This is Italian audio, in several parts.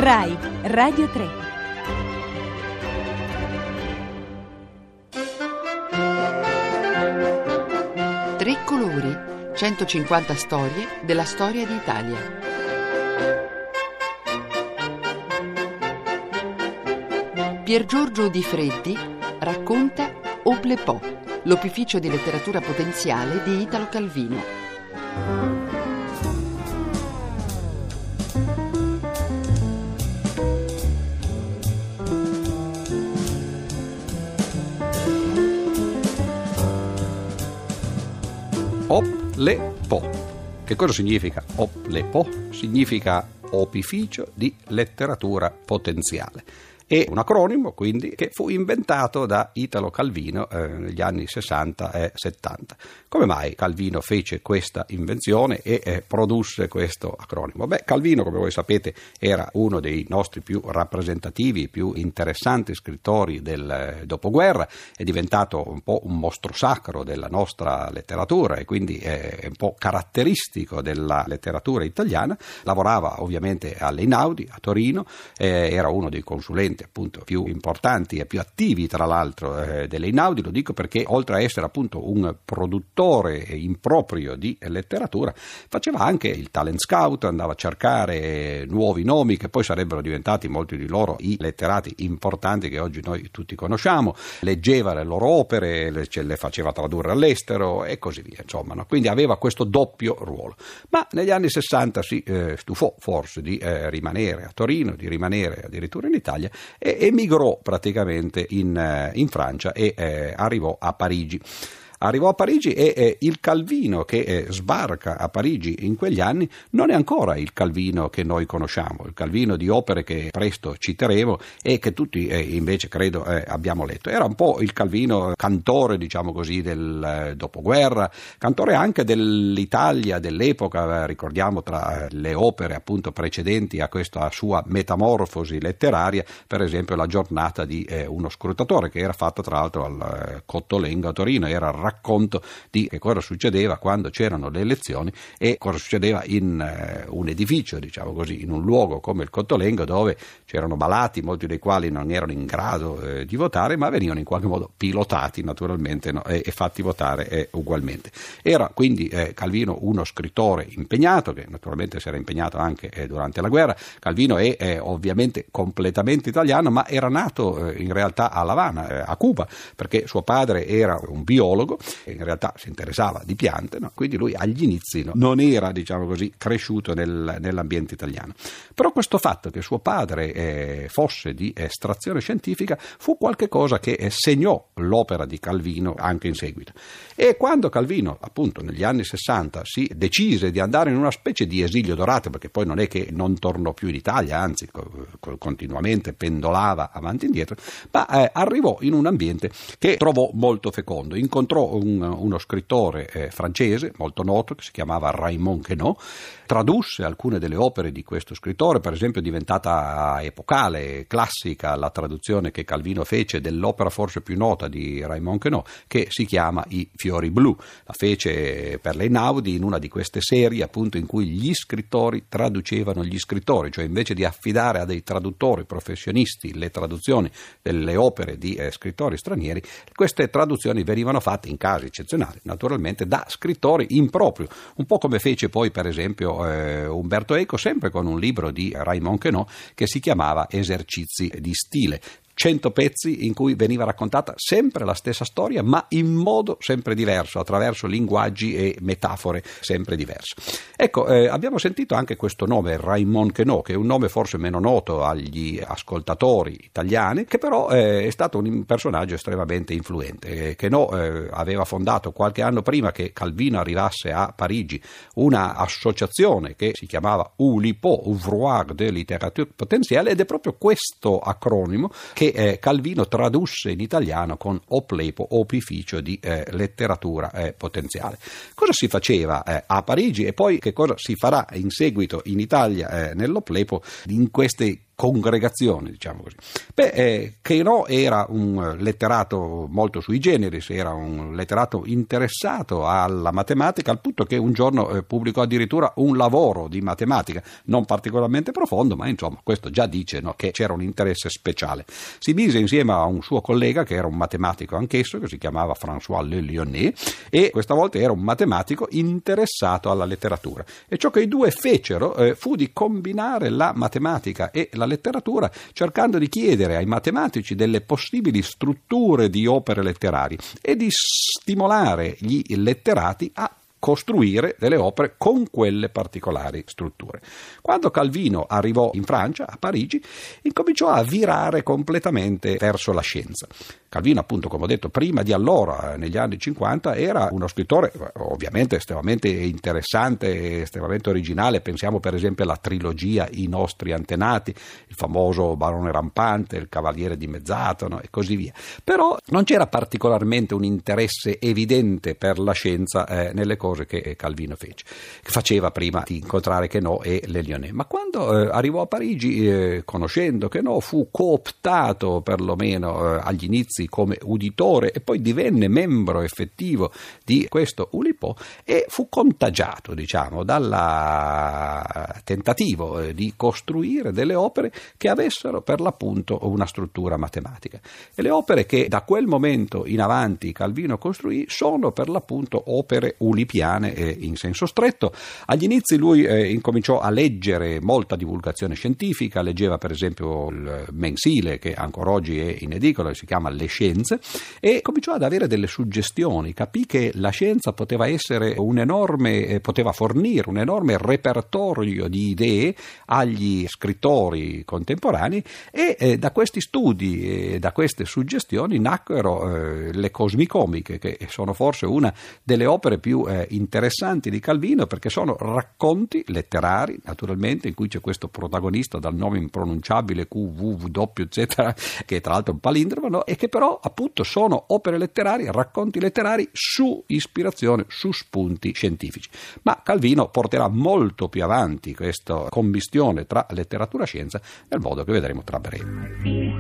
Rai Radio 3. Tre colori, 150 storie della storia d'Italia. Piergiorgio Di Freddi racconta Oplepo, l'opificio di letteratura potenziale di Italo Calvino. Oplepo. Che cosa significa Oplepo? Significa opificio di letteratura potenziale. È un acronimo, quindi, che fu inventato da Italo Calvino negli anni 60 e 70. Come mai Calvino fece questa invenzione e produsse questo acronimo? Calvino, come voi sapete, era uno dei nostri più rappresentativi, più interessanti scrittori del dopoguerra, è diventato un po' un mostro sacro della nostra letteratura e quindi è un po' caratteristico della letteratura italiana. Lavorava ovviamente all'Einaudi, a Torino, era uno dei consulenti appunto più importanti e più attivi tra l'altro dell'Einaudi. Lo dico perché oltre a essere appunto un produttore improprio di letteratura, faceva anche il talent scout, andava a cercare nuovi nomi che poi sarebbero diventati molti di loro i letterati importanti che oggi noi tutti conosciamo, leggeva le loro opere, le faceva tradurre all'estero e così via, insomma, no? Quindi aveva questo doppio ruolo. Ma negli anni 60 si stufò forse di rimanere a Torino, di rimanere addirittura in Italia, e emigrò praticamente in Francia e arrivò a Parigi. Arrivò a Parigi e il Calvino che sbarca a Parigi in quegli anni non è ancora il Calvino che noi conosciamo, il Calvino di opere che presto citeremo e che tutti invece credo abbiamo letto. Era un po' il Calvino cantore, diciamo così, del dopoguerra, cantore anche dell'Italia dell'epoca. Ricordiamo tra le opere appunto precedenti a questa sua metamorfosi letteraria, per esempio La giornata di uno scrutatore, che era fatta tra l'altro al Cottolengo a Torino. Era racconto di che cosa succedeva quando c'erano le elezioni e cosa succedeva in un edificio, diciamo così, in un luogo come il Cottolengo, dove c'erano malati, molti dei quali non erano in grado di votare, ma venivano in qualche modo pilotati naturalmente, no? e fatti votare ugualmente. Era quindi Calvino uno scrittore impegnato, che naturalmente si era impegnato anche durante la guerra. Calvino è ovviamente completamente italiano, ma era nato in realtà a La Habana, a Cuba, perché suo padre era un biologo, in realtà si interessava di piante, no? Quindi lui agli inizi non era, diciamo così, cresciuto nell'ambiente italiano. Però questo fatto che suo padre fosse di estrazione scientifica fu qualche cosa che segnò l'opera di Calvino anche in seguito. E quando Calvino, appunto negli anni 60, si decise di andare in una specie di esilio dorato, perché poi non è che non tornò più in Italia, anzi continuamente pendolava avanti e indietro, ma arrivò in un ambiente che trovò molto fecondo. Incontrò uno scrittore francese molto noto che si chiamava Raymond Queneau, tradusse alcune delle opere di questo scrittore. Per esempio è diventata epocale, classica la traduzione che Calvino fece dell'opera forse più nota di Raymond Queneau, che si chiama I fiori blu. La fece per l'Einaudi in una di queste serie appunto in cui gli scrittori traducevano gli scrittori, cioè invece di affidare a dei traduttori professionisti le traduzioni delle opere di scrittori stranieri, queste traduzioni venivano fatte in casi eccezionali naturalmente da scrittori in proprio, un po' come fece poi per esempio Umberto Eco, sempre con un libro di Raymond Queneau che si chiamava Esercizi di stile. 100 pezzi in cui veniva raccontata sempre la stessa storia, ma in modo sempre diverso, attraverso linguaggi e metafore sempre diverse. Ecco, abbiamo sentito anche questo nome, Raymond Queneau, che è un nome forse meno noto agli ascoltatori italiani, che però è stato un personaggio estremamente influente. Queneau aveva fondato qualche anno prima che Calvino arrivasse a Parigi una associazione che si chiamava ULIPO, Ouvroir de Littérature Potentielle, ed è proprio questo acronimo che Calvino tradusse in italiano con Oplepo, opificio di letteratura potenziale. Cosa si faceva a Parigi e poi che cosa si farà in seguito in Italia nell'Oplepo in queste congregazioni, diciamo così. Queneau era un letterato molto sui generis, era un letterato interessato alla matematica, al punto che un giorno pubblicò addirittura un lavoro di matematica, non particolarmente profondo, ma insomma questo già dice, no, che c'era un interesse speciale. Si mise insieme a un suo collega che era un matematico anch'esso, che si chiamava François Le Lyonnais, e questa volta era un matematico interessato alla letteratura, e ciò che i due fecero fu di combinare la matematica e la letteratura, cercando di chiedere ai matematici delle possibili strutture di opere letterarie e di stimolare gli letterati a costruire delle opere con quelle particolari strutture. Quando Calvino arrivò in Francia, a Parigi, incominciò a virare completamente verso la scienza. Calvino, appunto, come ho detto, prima di allora, negli anni 50, era uno scrittore ovviamente estremamente interessante e estremamente originale. Pensiamo per esempio alla trilogia I nostri antenati, il famoso Barone Rampante, il Cavaliere dimezzato, no? E così via. Però non c'era particolarmente un interesse evidente per la scienza nelle cose che Calvino fece, che faceva prima di incontrare Queneau e Le Lyonnais. Ma quando arrivò a Parigi, conoscendo Queneau, fu cooptato perlomeno agli inizi come uditore e poi divenne membro effettivo di questo Oulipo e fu contagiato, diciamo, dal tentativo di costruire delle opere che avessero per l'appunto una struttura matematica. E le opere che da quel momento in avanti Calvino costruì sono per l'appunto opere oulipiane in senso stretto. Agli inizi lui incominciò a leggere molta divulgazione scientifica, leggeva per esempio il mensile che ancora oggi è in edicola, si chiama Le Scienze, e cominciò ad avere delle suggestioni, capì che la scienza poteva essere poteva fornire un enorme repertorio di idee agli scrittori contemporanei, e da questi studi e da queste suggestioni nacquero le Cosmicomiche, che sono forse una delle opere più interessanti di Calvino, perché sono racconti letterari, naturalmente, in cui c'è questo protagonista dal nome impronunciabile QWZ, che tra l'altro è un palindromo, no? E che però appunto sono opere letterarie, racconti letterari su ispirazione, su spunti scientifici. Ma Calvino porterà molto più avanti questa commistione tra letteratura e scienza nel modo che vedremo tra breve.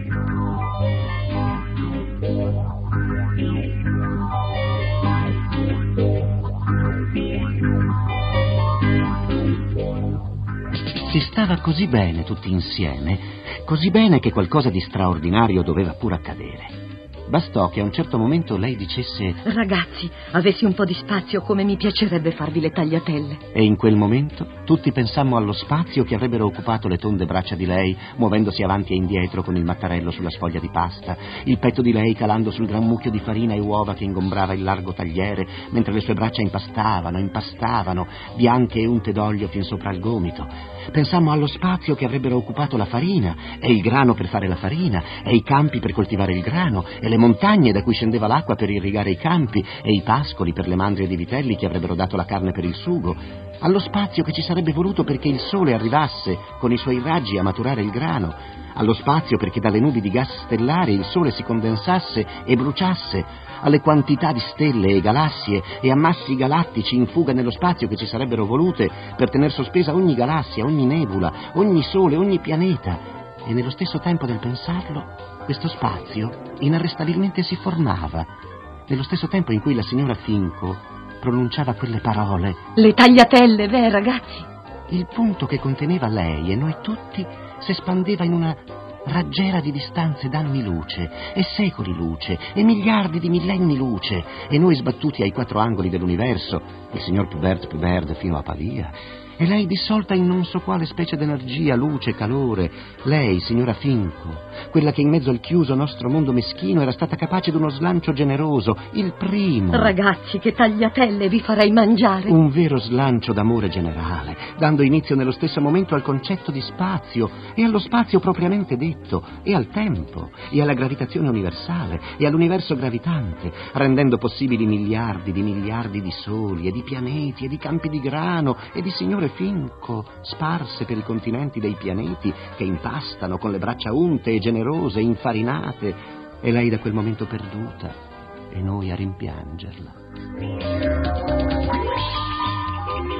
Si stava così bene tutti insieme, così bene che qualcosa di straordinario doveva pure accadere. Bastò che a un certo momento lei dicesse: ragazzi, avessi un po' di spazio, come mi piacerebbe farvi le tagliatelle. E in quel momento tutti pensammo allo spazio che avrebbero occupato le tonde braccia di lei, muovendosi avanti e indietro con il mattarello sulla sfoglia di pasta, il petto di lei calando sul gran mucchio di farina e uova che ingombrava il largo tagliere, mentre le sue braccia impastavano, bianche e unte d'olio fin sopra il gomito. Pensammo allo spazio che avrebbero occupato la farina, e il grano per fare la farina, e i campi per coltivare il grano, e le montagne da cui scendeva l'acqua per irrigare i campi, e i pascoli per le mandrie di vitelli che avrebbero dato la carne per il sugo, allo spazio che ci sarebbe voluto perché il sole arrivasse con i suoi raggi a maturare il grano, allo spazio perché dalle nubi di gas stellare il sole si condensasse e bruciasse, alle quantità di stelle e galassie e ammassi galattici in fuga nello spazio che ci sarebbero volute per tener sospesa ogni galassia, ogni nebula, ogni sole, ogni pianeta. E nello stesso tempo del pensarlo, questo spazio inarrestabilmente si formava, nello stesso tempo in cui la signora Finco pronunciava quelle parole. Le tagliatelle, beh, ragazzi. Il punto che conteneva lei e noi tutti si espandeva in una raggiera di distanze d'anni luce, e secoli luce, e miliardi di millenni luce, e noi sbattuti ai quattro angoli dell'universo, il signor Pubert fino a Pavia, e lei dissolta in non so quale specie d'energia, luce, calore. Lei, signora Finco, quella che in mezzo al chiuso nostro mondo meschino era stata capace d'uno slancio generoso, il primo. Ragazzi, che tagliatelle vi farei mangiare. Un vero slancio d'amore generale, dando inizio nello stesso momento al concetto di spazio, e allo spazio propriamente detto, e al tempo, e alla gravitazione universale, e all'universo gravitante, rendendo possibili miliardi di soli, e di pianeti, e di campi di grano, e di signore Finco sparse per i continenti dei pianeti che impastano con le braccia unte e generose, infarinate, e lei da quel momento perduta e noi a rimpiangerla.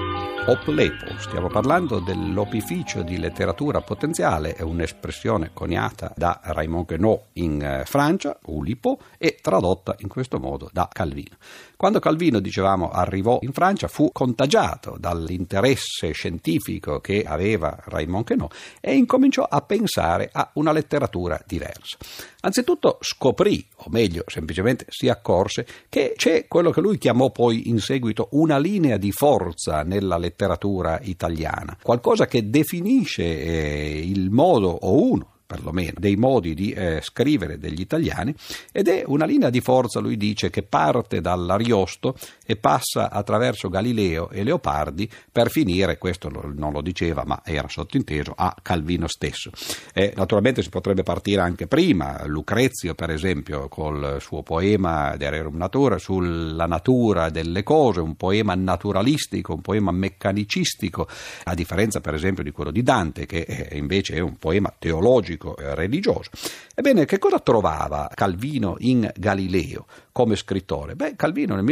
OPLEPO. Stiamo parlando dell'opificio di letteratura potenziale, è un'espressione coniata da Raymond Queneau in Francia, Oulipo, e tradotta in questo modo da Calvino. Quando Calvino, dicevamo, arrivò in Francia, fu contagiato dall'interesse scientifico che aveva Raymond Queneau e incominciò a pensare a una letteratura diversa. Anzitutto scoprì, o meglio, semplicemente si accorse, che c'è quello che lui chiamò poi in seguito una linea di forza nella letteratura italiana, qualcosa che definisce il modo, o uno perlomeno, dei modi di scrivere degli italiani, ed è una linea di forza, lui dice, che parte dall'Ariosto e passa attraverso Galileo e Leopardi per finire, questo non lo diceva ma era sottinteso, a Calvino stesso. Naturalmente si potrebbe partire anche prima, Lucrezio per esempio col suo poema De Rerum Natura sulla natura delle cose, un poema naturalistico, un poema meccanicistico, a differenza per esempio di quello di Dante che invece è un poema teologico, religioso. Ebbene, che cosa trovava Calvino in Galileo come scrittore? Calvino nel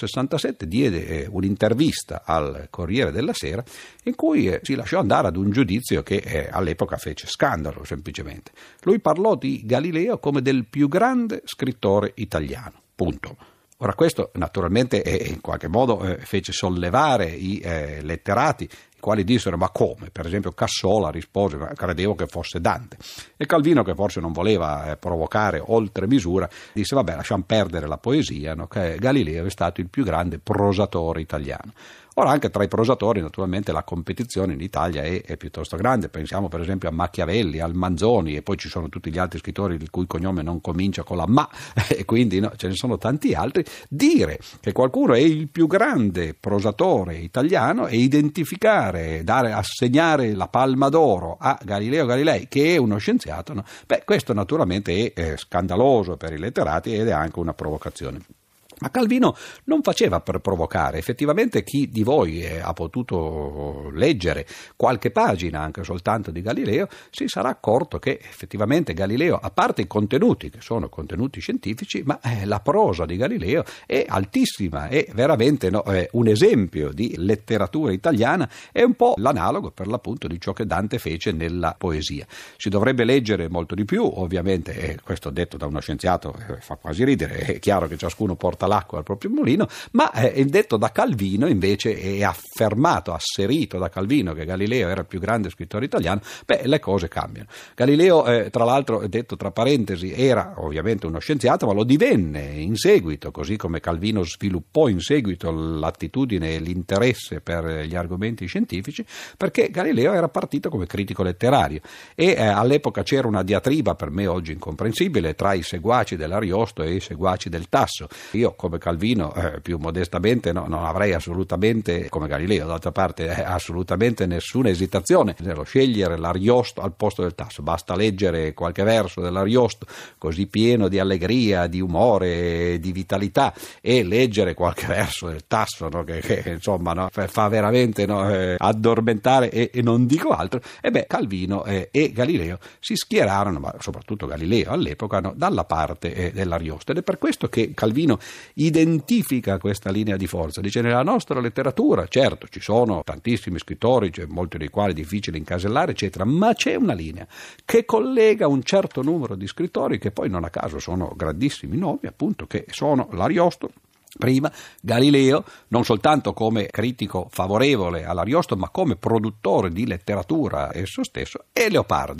1967 diede un'intervista al Corriere della Sera in cui si lasciò andare ad un giudizio che all'epoca fece scandalo semplicemente. Lui parlò di Galileo come del più grande scrittore italiano. Punto. Ora questo naturalmente in qualche modo fece sollevare i letterati, i quali dissero: ma come? Per esempio Cassola rispose: ma credevo che fosse Dante. E Calvino, che forse non voleva provocare oltre misura, disse: vabbè, lasciamo perdere la poesia, no? Che Galileo è stato il più grande prosatore italiano. Ora, anche tra i prosatori naturalmente la competizione in Italia è piuttosto grande. Pensiamo per esempio a Machiavelli, al Manzoni, e poi ci sono tutti gli altri scrittori il cui cognome non comincia con la ma, e quindi ce ne sono tanti altri. Dire che qualcuno è il più grande prosatore italiano e identificare, assegnare la palma d'oro a Galileo Galilei, che è uno scienziato, no? Questo naturalmente è scandaloso per i letterati ed è anche una provocazione. Ma Calvino non faceva per provocare. Effettivamente chi di voi ha potuto leggere qualche pagina anche soltanto di Galileo si sarà accorto che effettivamente Galileo, a parte i contenuti che sono contenuti scientifici, ma la prosa di Galileo è altissima, è veramente un esempio di letteratura italiana, è un po' l'analogo per l'appunto di ciò che Dante fece nella poesia. Si dovrebbe leggere molto di più, ovviamente, questo detto da uno scienziato fa quasi ridere, è chiaro che ciascuno porta l'acqua al proprio mulino, ma è detto da Calvino invece, è affermato, asserito da Calvino che Galileo era il più grande scrittore italiano. Le cose cambiano. Galileo, tra l'altro, detto tra parentesi, era ovviamente uno scienziato, ma lo divenne in seguito, così come Calvino sviluppò in seguito l'attitudine e l'interesse per gli argomenti scientifici, perché Galileo era partito come critico letterario e all'epoca c'era una diatriba per me oggi incomprensibile tra i seguaci dell'Ariosto e i seguaci del Tasso. Io come Calvino più modestamente non avrei assolutamente, come Galileo d'altra parte, assolutamente nessuna esitazione nello scegliere l'Ariosto al posto del Tasso. Basta leggere qualche verso dell'Ariosto così pieno di allegria, di umore, di vitalità, e leggere qualche verso del Tasso, no? che insomma, no? Fa veramente addormentare e non dico altro. Calvino e Galileo si schierarono, ma soprattutto Galileo all'epoca, dalla parte dell'Ariosto, ed è per questo che Calvino identifica questa linea di forza. Dice: nella nostra letteratura, certo, ci sono tantissimi scrittori, molti dei quali difficili incasellare, eccetera, ma c'è una linea che collega un certo numero di scrittori che poi non a caso sono grandissimi nomi, appunto, che sono l'Ariosto, prima, Galileo, non soltanto come critico favorevole all'Ariosto, ma come produttore di letteratura esso stesso, e Leopardi,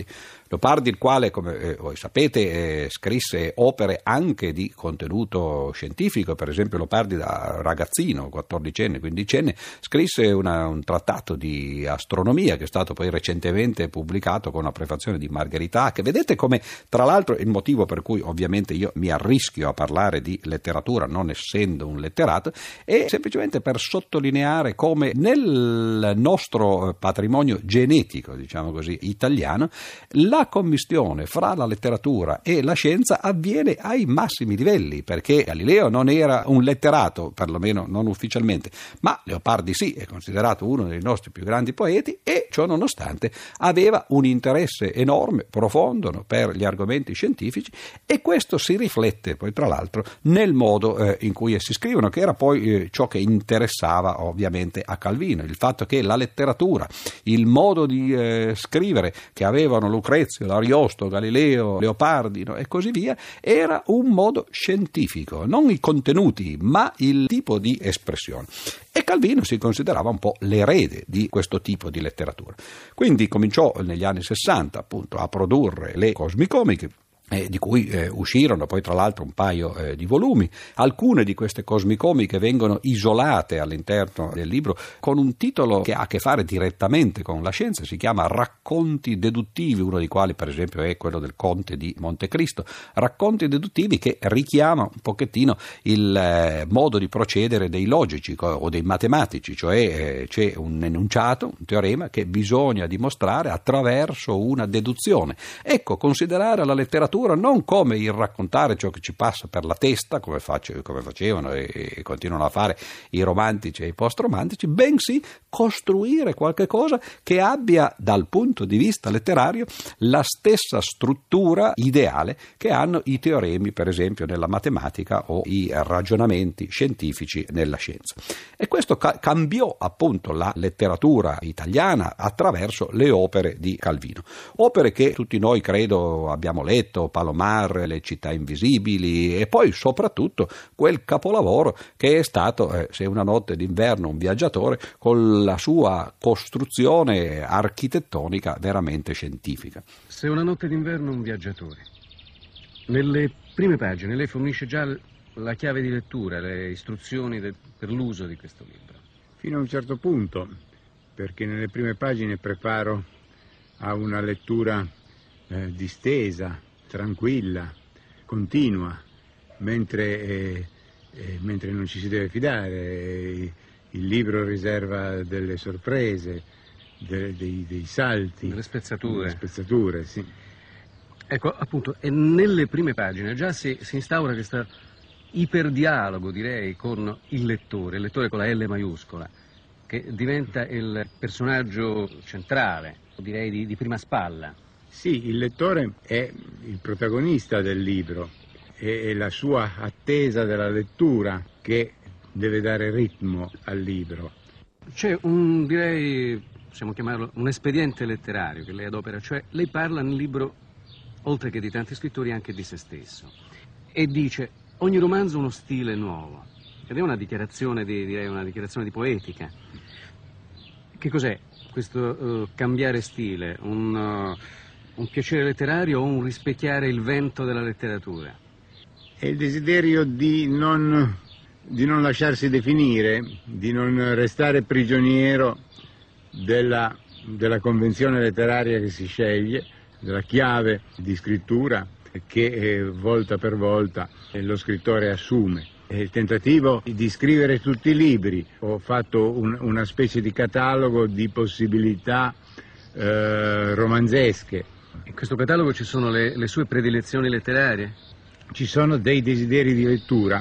il quale, come voi sapete, scrisse opere anche di contenuto scientifico. Per esempio Leopardi, da ragazzino, 14enne, 15enne, scrisse un trattato di astronomia che è stato poi recentemente pubblicato con una prefazione di Margherita, che vedete come, tra l'altro, il motivo per cui ovviamente io mi arrischio a parlare di letteratura non essendo un letterato è semplicemente per sottolineare come nel nostro patrimonio genetico, diciamo così, italiano, la commistione fra la letteratura e la scienza avviene ai massimi livelli, perché Galileo non era un letterato, perlomeno non ufficialmente, ma Leopardi sì, è considerato uno dei nostri più grandi poeti, e ciò nonostante aveva un interesse enorme, profondo, per gli argomenti scientifici, e questo si riflette poi tra l'altro nel modo in cui essi scrivono che era poi ciò che interessava ovviamente a Calvino, il fatto che la letteratura, il modo di scrivere che avevano Lucrezio, Ariosto, Galileo, Leopardi, no, e così via, era un modo scientifico, non i contenuti ma il tipo di espressione. E Calvino si considerava un po' l'erede di questo tipo di letteratura. Quindi cominciò negli anni 60 appunto a produrre le cosmicomiche, di cui uscirono poi tra l'altro un paio di volumi. Alcune di queste cosmicomiche vengono isolate all'interno del libro con un titolo che ha a che fare direttamente con la scienza, si chiama Racconti deduttivi, uno dei quali per esempio è quello del Conte di Montecristo, racconti deduttivi che richiama un pochettino il modo di procedere dei logici o dei matematici, cioè c'è un enunciato, un teorema che bisogna dimostrare attraverso una deduzione. Ecco, considerare la letteratura non come il raccontare ciò che ci passa per la testa, come facevano e continuano a fare i romantici e i post-romantici, bensì costruire qualche cosa che abbia dal punto di vista letterario la stessa struttura ideale che hanno i teoremi, per esempio, nella matematica o i ragionamenti scientifici nella scienza. E questo cambiò appunto la letteratura italiana attraverso le opere di Calvino. Opere che tutti noi credo abbiamo letto, Palomar, Le città invisibili, e poi soprattutto quel capolavoro che è stato Se una notte d'inverno un viaggiatore, con la sua costruzione architettonica veramente scientifica. Se una notte d'inverno un viaggiatore. Nelle prime pagine lei fornisce già la chiave di lettura, le istruzioni per l'uso di questo libro. Fino a un certo punto, perché nelle prime pagine preparo a una lettura distesa, tranquilla, continua, mentre non ci si deve fidare. Il libro riserva delle sorprese, dei salti, delle spezzature. Sì. Ecco, appunto, e nelle prime pagine già si instaura questo iperdialogo, direi, con il lettore con la L maiuscola, che diventa il personaggio centrale, direi di prima spalla. Sì, il lettore è il protagonista del libro, è la sua attesa della lettura che deve dare ritmo al libro. C'è possiamo chiamarlo un espediente letterario che lei adopera, cioè lei parla nel libro, oltre che di tanti scrittori, anche di se stesso, e dice: ogni romanzo ha uno stile nuovo, ed è una dichiarazione di poetica. Che cos'è questo cambiare stile? Un piacere letterario o un rispecchiare il vento della letteratura? È il desiderio di non lasciarsi definire, di non restare prigioniero della convenzione letteraria che si sceglie, della chiave di scrittura che volta per volta lo scrittore assume. È il tentativo di scrivere tutti i libri. Ho fatto una specie di catalogo di possibilità romanzesche. In questo catalogo ci sono le sue predilezioni letterarie? Ci sono dei desideri di lettura.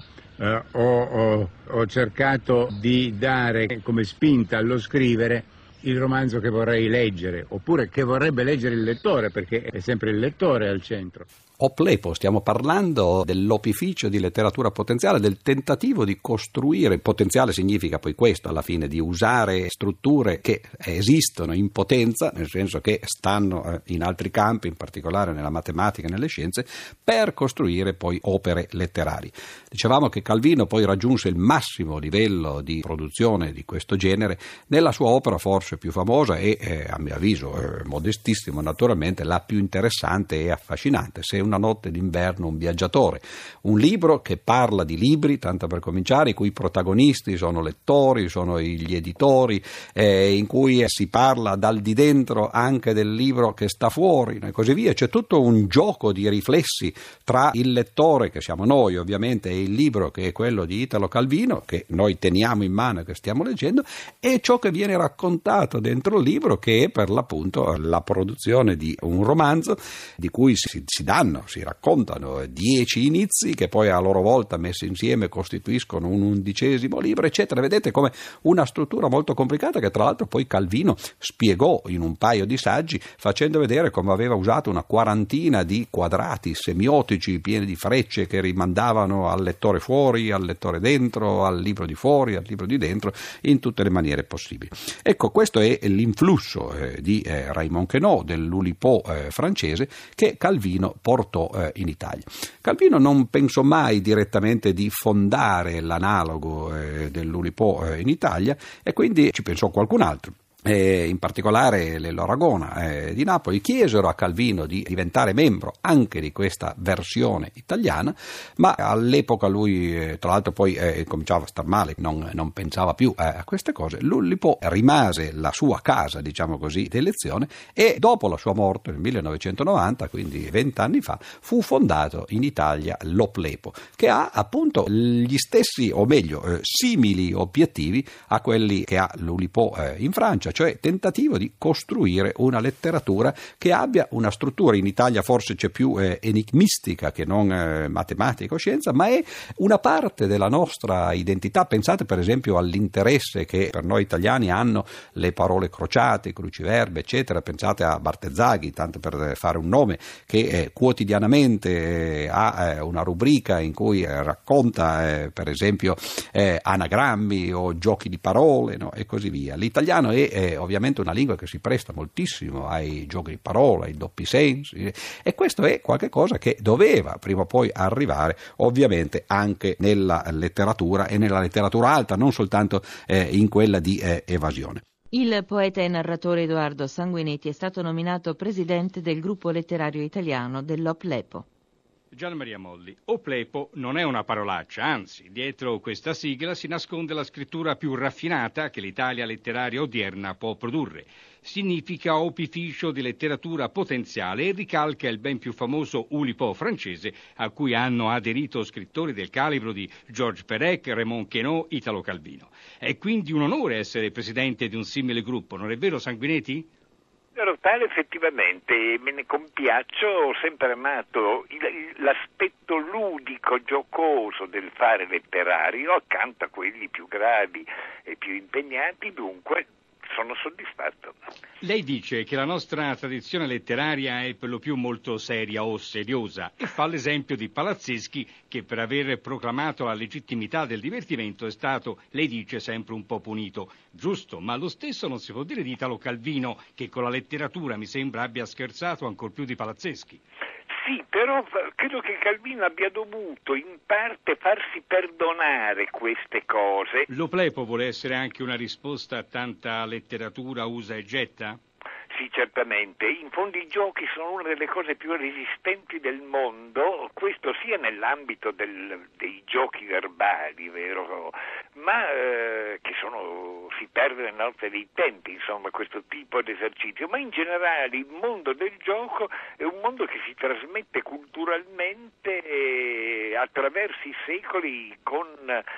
Ho cercato di dare come spinta allo scrivere il romanzo che vorrei leggere, oppure che vorrebbe leggere il lettore, perché è sempre il lettore al centro. Oplepo, stiamo parlando dell'opificio di letteratura potenziale, del tentativo di costruire. Potenziale significa poi questo alla fine, di usare strutture che esistono in potenza, nel senso che stanno in altri campi, in particolare nella matematica e nelle scienze, per costruire poi opere letterarie. Dicevamo che Calvino poi raggiunse il massimo livello di produzione di questo genere nella sua opera forse più famosa e a mio avviso modestissimo naturalmente, la più interessante e affascinante, Se una notte d'inverno un viaggiatore, un libro che parla di libri, tanto per cominciare, i cui protagonisti sono lettori, sono gli editori, in cui si parla dal di dentro anche del libro che sta fuori e così via. C'è tutto un gioco di riflessi tra il lettore, che siamo noi ovviamente, e il libro, che è quello di Italo Calvino, che noi teniamo in mano e che stiamo leggendo, e ciò che viene raccontato dentro il libro, che è per l'appunto la produzione di un romanzo di cui si danno almeno si raccontano 10 inizi che poi a loro volta messi insieme costituiscono un 11° libro, eccetera. Vedete come una struttura molto complicata che tra l'altro poi Calvino spiegò in un paio di saggi, facendo vedere come aveva usato una 40 di quadrati semiotici pieni di frecce che rimandavano al lettore fuori, al lettore dentro, al libro di fuori, al libro di dentro, in tutte le maniere possibili. Ecco, questo è l'influsso di Raymond Queneau, dell'Oulipo francese, che Calvino portò in Italia. Calvino non pensò mai direttamente di fondare l'analogo dell'Oulipo in Italia, e quindi ci pensò qualcun altro. In particolare le Loragona di Napoli chiesero a Calvino di diventare membro anche di questa versione italiana, ma all'epoca lui tra l'altro poi cominciava a star male, non pensava più a queste cose. L'Oulipo rimase la sua casa, diciamo così, d'elezione, e dopo la sua morte nel 1990, quindi 20 anni fa, fu fondato in Italia l'Oplepo, che ha appunto gli stessi, o meglio simili obiettivi a quelli che ha l'Oulipo in Francia, cioè tentativo di costruire una letteratura che abbia una struttura. In Italia forse c'è più enigmistica che non matematica o scienza, ma è una parte della nostra identità. Pensate per esempio all'interesse che per noi italiani hanno le parole crociate, cruciverbe, eccetera. Pensate a Bartezzaghi, tanto per fare un nome, che quotidianamente ha una rubrica in cui racconta per esempio anagrammi o giochi di parole, no? E così via. L'italiano è ovviamente una lingua che si presta moltissimo ai giochi di parola, ai doppi sensi, e questo è qualche cosa che doveva prima o poi arrivare ovviamente anche nella letteratura, e nella letteratura alta, non soltanto in quella di evasione. Il poeta e narratore Edoardo Sanguinetti è stato nominato presidente del gruppo letterario italiano dell'Oplepo. Gian Maria Molli, Oplepo non è una parolaccia, anzi, dietro questa sigla si nasconde la scrittura più raffinata che l'Italia letteraria odierna può produrre. Significa opificio di letteratura potenziale e ricalca il ben più famoso Oulipo francese, a cui hanno aderito scrittori del calibro di Georges Perec, Raymond Queneau, Italo Calvino. È quindi un onore essere presidente di un simile gruppo, non è vero Sanguinetti? Tale effettivamente me ne compiaccio, ho sempre amato l'aspetto ludico, giocoso del fare letterario accanto a quelli più gravi e più impegnati, dunque sono soddisfatto. Lei dice che la nostra tradizione letteraria è per lo più molto seria o seriosa e fa l'esempio di Palazzeschi che per aver proclamato la legittimità del divertimento è stato, lei dice, sempre un po' punito. Giusto, ma lo stesso non si può dire di Italo Calvino, che con la letteratura mi sembra abbia scherzato ancor più di Palazzeschi. Sì, però credo che Calvino abbia dovuto in parte farsi perdonare queste cose. L'Oplepo vuole essere anche una risposta a tanta letteratura usa e getta? Sì, certamente. In fondo i giochi sono una delle cose più resistenti del mondo, questo sia nell'ambito dei giochi verbali, vero? Ma che si perde nella notte dei tempi, insomma, questo tipo di esercizio. Ma in generale il mondo del gioco è un mondo che si trasmette culturalmente attraverso i secoli con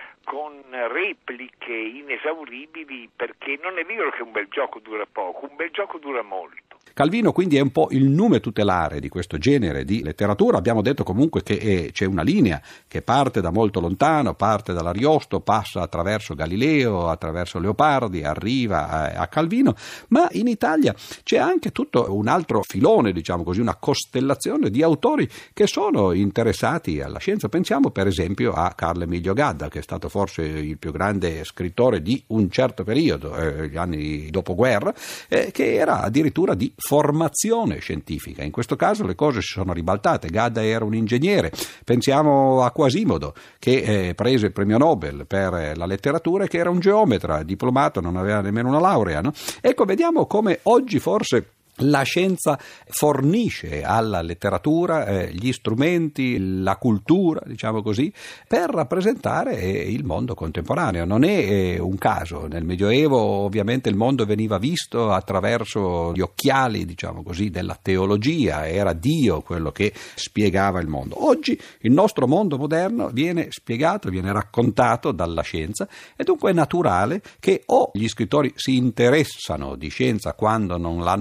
repliche inesauribili, perché non è vero che un bel gioco dura poco, un bel gioco dura molto. Calvino quindi è un po' il nume tutelare di questo genere di letteratura. Abbiamo detto comunque che c'è una linea che parte da molto lontano, parte dall'Ariosto, passa attraverso Galileo, attraverso Leopardi, arriva a Calvino, ma in Italia c'è anche tutto un altro filone, diciamo così, una costellazione di autori che sono interessati alla scienza. Pensiamo per esempio a Carlo Emilio Gadda, che è stato forse il più grande scrittore di un certo periodo, gli anni dopoguerra, che era addirittura di formazione scientifica. In questo caso le cose si sono ribaltate. Gadda era un ingegnere. Pensiamo a Quasimodo, che prese il premio Nobel per la letteratura e che era un geometra, diplomato, non aveva nemmeno una laurea, no? Ecco, vediamo come oggi forse la scienza fornisce alla letteratura gli strumenti, la cultura, diciamo così, per rappresentare il mondo contemporaneo. Non è un caso. Nel Medioevo ovviamente il mondo veniva visto attraverso gli occhiali, diciamo così, della teologia, era Dio quello che spiegava il mondo. Oggi il nostro mondo moderno viene spiegato, viene raccontato dalla scienza, e dunque è naturale che o gli scrittori si interessano di scienza quando non l'hanno studiata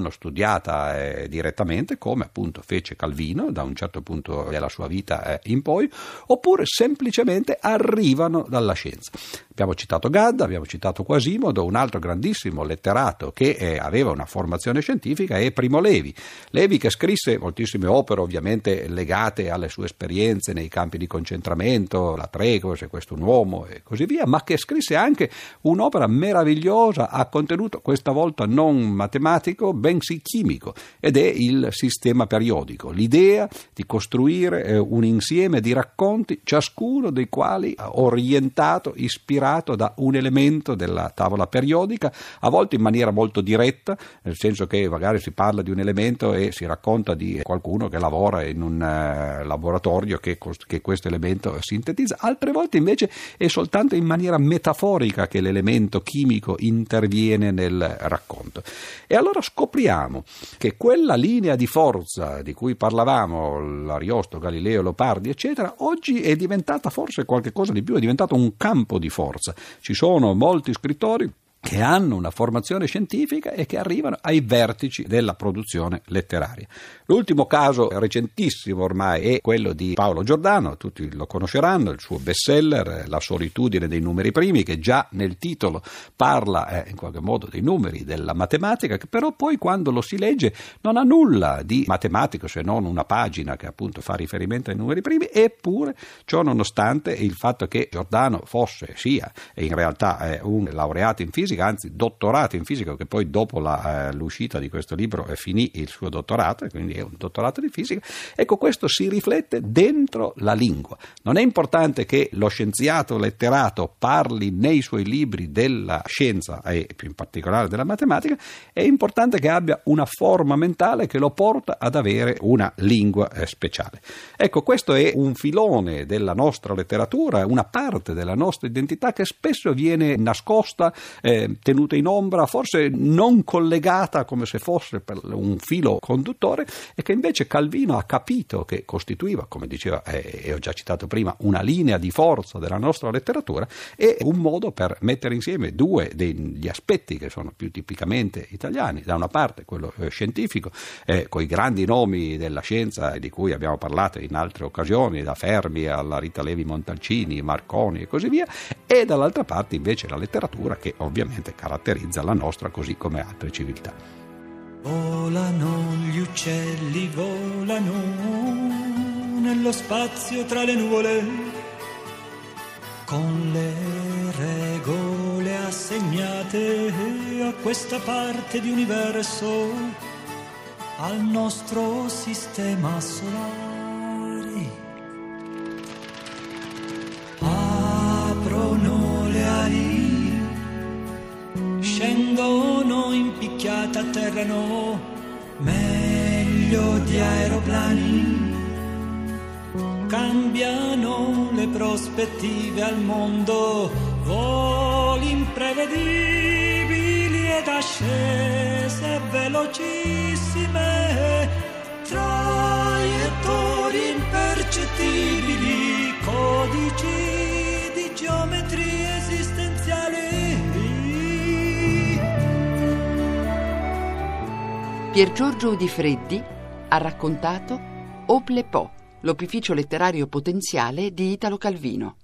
studiata direttamente, come appunto fece Calvino da un certo punto della sua vita in poi, oppure semplicemente arrivano dalla scienza. Abbiamo citato Gadda, abbiamo citato Quasimodo, un altro grandissimo letterato che aveva una formazione scientifica è Primo Levi. Levi, che scrisse moltissime opere ovviamente legate alle sue esperienze nei campi di concentramento, la tregua, Se questo un uomo e così via, ma che scrisse anche un'opera meravigliosa a contenuto questa volta non matematico bensì chimico, ed è il sistema periodico, l'idea di costruire un insieme di racconti, ciascuno dei quali orientato, ispirato da un elemento della tavola periodica, a volte in maniera molto diretta, nel senso che magari si parla di un elemento e si racconta di qualcuno che lavora in un laboratorio che questo elemento sintetizza, altre volte invece è soltanto in maniera metaforica che l'elemento chimico interviene nel racconto. E allora scopriamo che quella linea di forza di cui parlavamo, Ariosto, Galileo, Leopardi, eccetera, oggi è diventata forse qualche cosa di più, è diventato un campo di forza. Ci sono molti scrittori che hanno una formazione scientifica e che arrivano ai vertici della produzione letteraria. L'ultimo caso recentissimo ormai è quello di Paolo Giordano, tutti lo conosceranno, il suo bestseller La solitudine dei numeri primi, che già nel titolo parla in qualche modo dei numeri, della matematica, che però poi quando lo si legge non ha nulla di matematico se non una pagina che appunto fa riferimento ai numeri primi, eppure ciò nonostante il fatto che Giordano sia e in realtà un laureato in fisica, anzi dottorato in fisica, che poi dopo l'uscita di questo libro finì il suo dottorato e quindi è un dottorato di fisica. Ecco, questo si riflette dentro la lingua. Non è importante che lo scienziato letterato parli nei suoi libri della scienza e più in particolare della matematica, è importante che abbia una forma mentale che lo porta ad avere una lingua speciale. Ecco, questo è un filone della nostra letteratura, una parte della nostra identità che spesso viene nascosta, tenuta in ombra, forse non collegata come se fosse per un filo conduttore, e che invece Calvino ha capito che costituiva, come diceva e ho già citato prima, una linea di forza della nostra letteratura e un modo per mettere insieme due degli aspetti che sono più tipicamente italiani: da una parte quello scientifico, con i grandi nomi della scienza di cui abbiamo parlato in altre occasioni, da Fermi alla Rita Levi Montalcini, Marconi e così via, e dall'altra parte invece la letteratura che ovviamente caratterizza la nostra così come altre civiltà. Volano gli uccelli, volano nello spazio tra le nuvole, con le regole assegnate a questa parte di universo, al nostro sistema solare. Aprono le ali, scendono in picchiata, atterrano meglio di aeroplani, cambiano le prospettive al mondo, voli imprevedibili ed ascese velocissime, traiettorie impercettibili, codici di geometrie esistenziali. Pier Giorgio Udifreddi ha raccontato Ople Po, l'opificio letterario potenziale di Italo Calvino,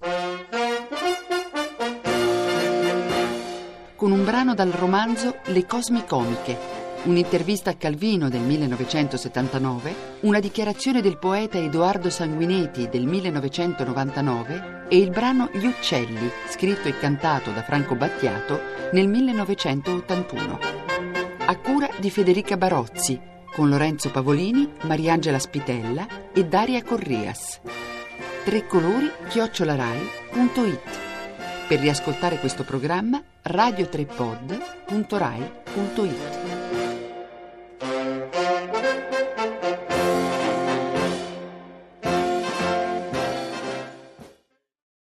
con un brano dal romanzo Le Cosmicomiche, un'intervista a Calvino del 1979, una dichiarazione del poeta Edoardo Sanguineti del 1999 e il brano Gli Uccelli, scritto e cantato da Franco Battiato nel 1981. A cura di Federica Barozzi, con Lorenzo Pavolini, Mariangela Spitella e Daria Corrias. trecolori@rai.it. Per riascoltare questo programma, radio3pod.rai.it.